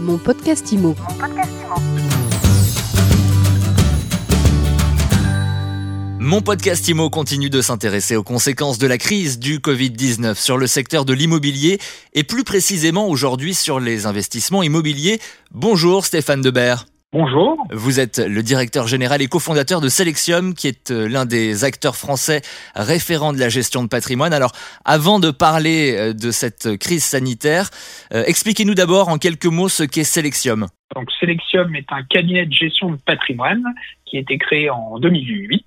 Mon podcast IMO. Mon podcast IMO continue de s'intéresser aux conséquences de la crise du Covid-19 sur le secteur de l'immobilier et plus précisément aujourd'hui sur les investissements immobiliers. Bonjour Stéphane Debert. Bonjour. Vous êtes le directeur général et cofondateur de Selexium, qui est l'un des acteurs français référents de la gestion de patrimoine. Alors, avant de parler de cette crise sanitaire, expliquez-nous d'abord en quelques mots ce qu'est Selexium. Donc, Selexium est un cabinet de gestion de patrimoine qui a été créé en 2008.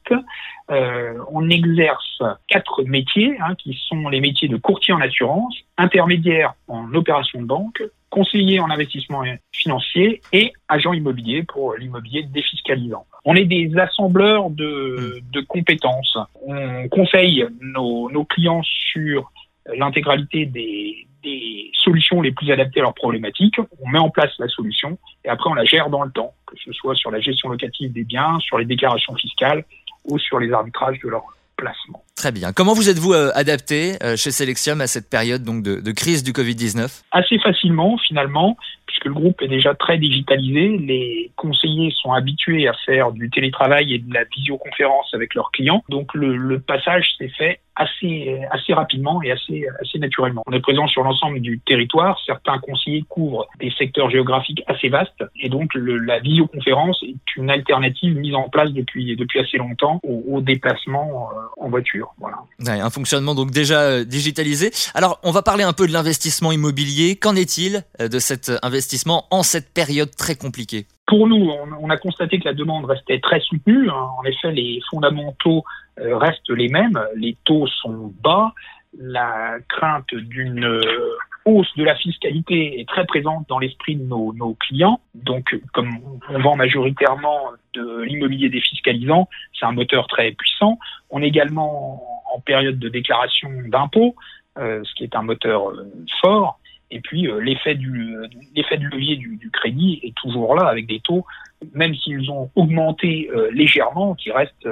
On exerce 4 métiers, qui sont les métiers de courtier en assurance, intermédiaire en opération de banque, conseiller en investissement financier et agent immobilier pour l'immobilier défiscalisant. On est des assembleurs de compétences. On conseille nos clients sur l'intégralité des solutions les plus adaptées à leurs problématiques. On met en place la solution et après on la gère dans le temps, que ce soit sur la gestion locative des biens, sur les déclarations fiscales ou sur les arbitrages de leur placement. Très bien. Comment vous êtes-vous adapté chez Selexium à cette période donc de crise du Covid-19 ? Assez facilement finalement, puisque le groupe est déjà très digitalisé. Les conseillers sont habitués à faire du télétravail et de la visioconférence avec leurs clients. Donc le passage s'est fait assez rapidement et assez naturellement. On est présent sur l'ensemble du territoire. Certains conseillers couvrent des secteurs géographiques assez vastes et donc la visioconférence est une alternative mise en place depuis assez longtemps au déplacement en voiture. Voilà. Ouais, un fonctionnement donc déjà digitalisé. Alors, on va parler un peu de l'investissement immobilier. Qu'en est-il de cet investissement en cette période très compliquée ? Pour nous, on a constaté que la demande restait très soutenue. En effet, les fondamentaux restent les mêmes. Les taux sont bas. La crainte d'une hausse de la fiscalité est très présente dans l'esprit de nos clients. Donc, comme on vend majoritairement de l'immobilier défiscalisant, c'est un moteur très puissant. On est également en période de déclaration d'impôts, ce qui est un moteur fort. Et puis, l'effet du levier du crédit est toujours là avec des taux, même s'ils ont augmenté légèrement, qui restent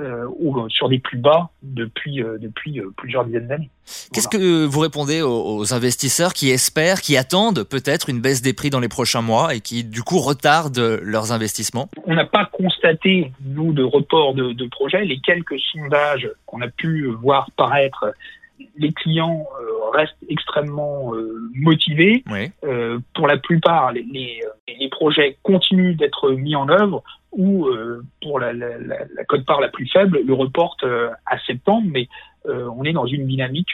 sur des plus bas depuis plusieurs dizaines d'années. Qu'est-ce que vous répondez aux investisseurs qui espèrent, qui attendent peut-être une baisse des prix dans les prochains mois et qui, du coup, retardent leurs investissements ? On n'a pas constaté, nous, de report de projet. Les quelques sondages qu'on a pu voir paraître, les clients restent extrêmement motivés. Oui. Pour la plupart, les projets continuent d'être mis en œuvre ou pour la quote-part la plus faible, le reporte à septembre. Mais on est dans une dynamique,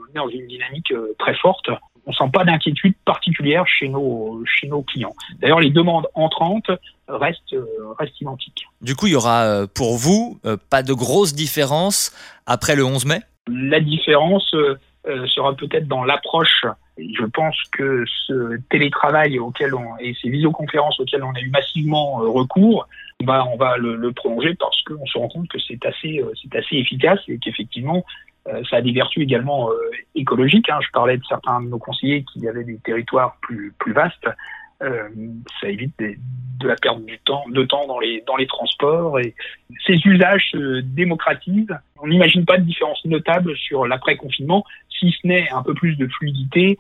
très forte. On ne sent pas d'inquiétude particulière chez nos clients. D'ailleurs, les demandes entrantes restent identiques. Du coup, il y aura pour vous pas de grosse différence après le 11 mai ? La différence sera peut-être dans l'approche. Je pense que ce télétravail et ces visioconférences auxquelles on a eu massivement recours, on va le prolonger parce qu'on se rend compte que c'est assez efficace et qu'effectivement ça a des vertus également écologiques. Je parlais de certains de nos conseillers qui avaient des territoires plus vastes. Ça évite de la perte de temps dans les transports et ces usages se démocratisent. On n'imagine pas de différence notable sur l'après-confinement, si ce n'est un peu plus de fluidité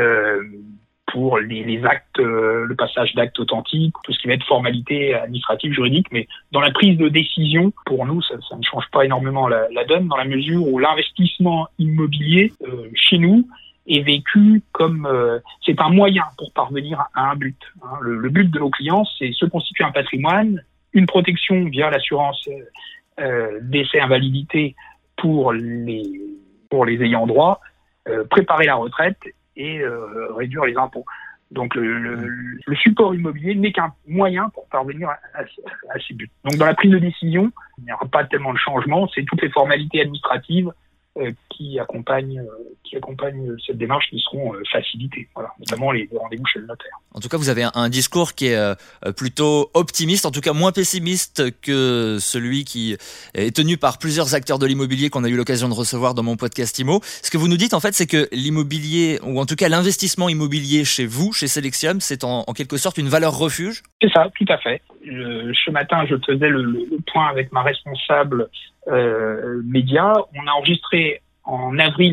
pour les actes, le passage d'actes authentiques, tout ce qui va être formalité administrative, juridique, mais dans la prise de décision, pour nous, ça ne change pas énormément la donne, dans la mesure où l'investissement immobilier, chez nous, est vécu comme c'est un moyen pour parvenir à un but. Le but de nos clients, c'est se constituer un patrimoine, une protection via l'assurance décès invalidité pour les ayants droit, préparer la retraite et réduire les impôts. Donc le support immobilier n'est qu'un moyen pour parvenir à ces buts. Donc dans la prise de décision, il n'y aura pas tellement de changement, c'est toutes les formalités administratives qui accompagnent cette démarche qui seront facilitées, notamment les rendez-vous chez le notaire. En tout cas, vous avez un discours qui est plutôt optimiste, en tout cas moins pessimiste que celui qui est tenu par plusieurs acteurs de l'immobilier qu'on a eu l'occasion de recevoir dans mon podcast IMO. Ce que vous nous dites, en fait, c'est que l'immobilier, ou en tout cas l'investissement immobilier chez vous, chez Selexium, c'est en quelque sorte une valeur refuge ? C'est ça, tout à fait. Ce matin, je faisais le point avec ma responsable média. On a enregistré en avril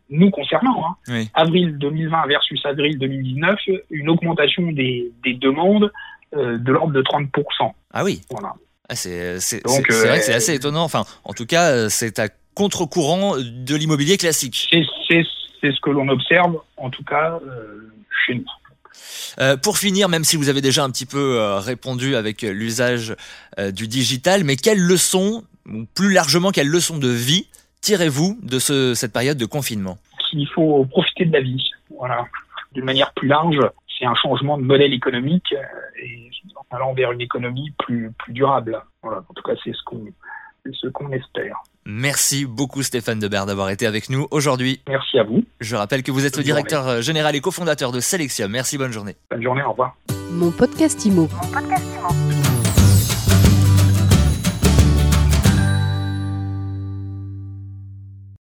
nous concernant, Oui. avril 2020 versus avril 2019, une augmentation des demandes de l'ordre de 30%. Ah oui. Voilà. Ah, c'est Donc, vrai que c'est assez étonnant. Enfin, en tout cas, c'est à contre-courant de l'immobilier classique. C'est ce que l'on observe, en tout cas, chez nous. Pour finir, même si vous avez déjà un petit peu répondu avec l'usage du digital, mais quelles leçons, ou plus largement, quelles leçons de vie tirez-vous de cette période de confinement ? Il faut profiter de la vie. Voilà. D'une manière plus large, c'est un changement de modèle économique et en allant vers une économie plus durable. Voilà. En tout cas, c'est ce qu'on espère. Merci beaucoup Stéphane Debert d'avoir été avec nous aujourd'hui. Merci à vous. Je rappelle que vous êtes le directeur général et cofondateur de Selexium. Merci, bonne journée. Bonne journée, au revoir. Mon podcast IMO.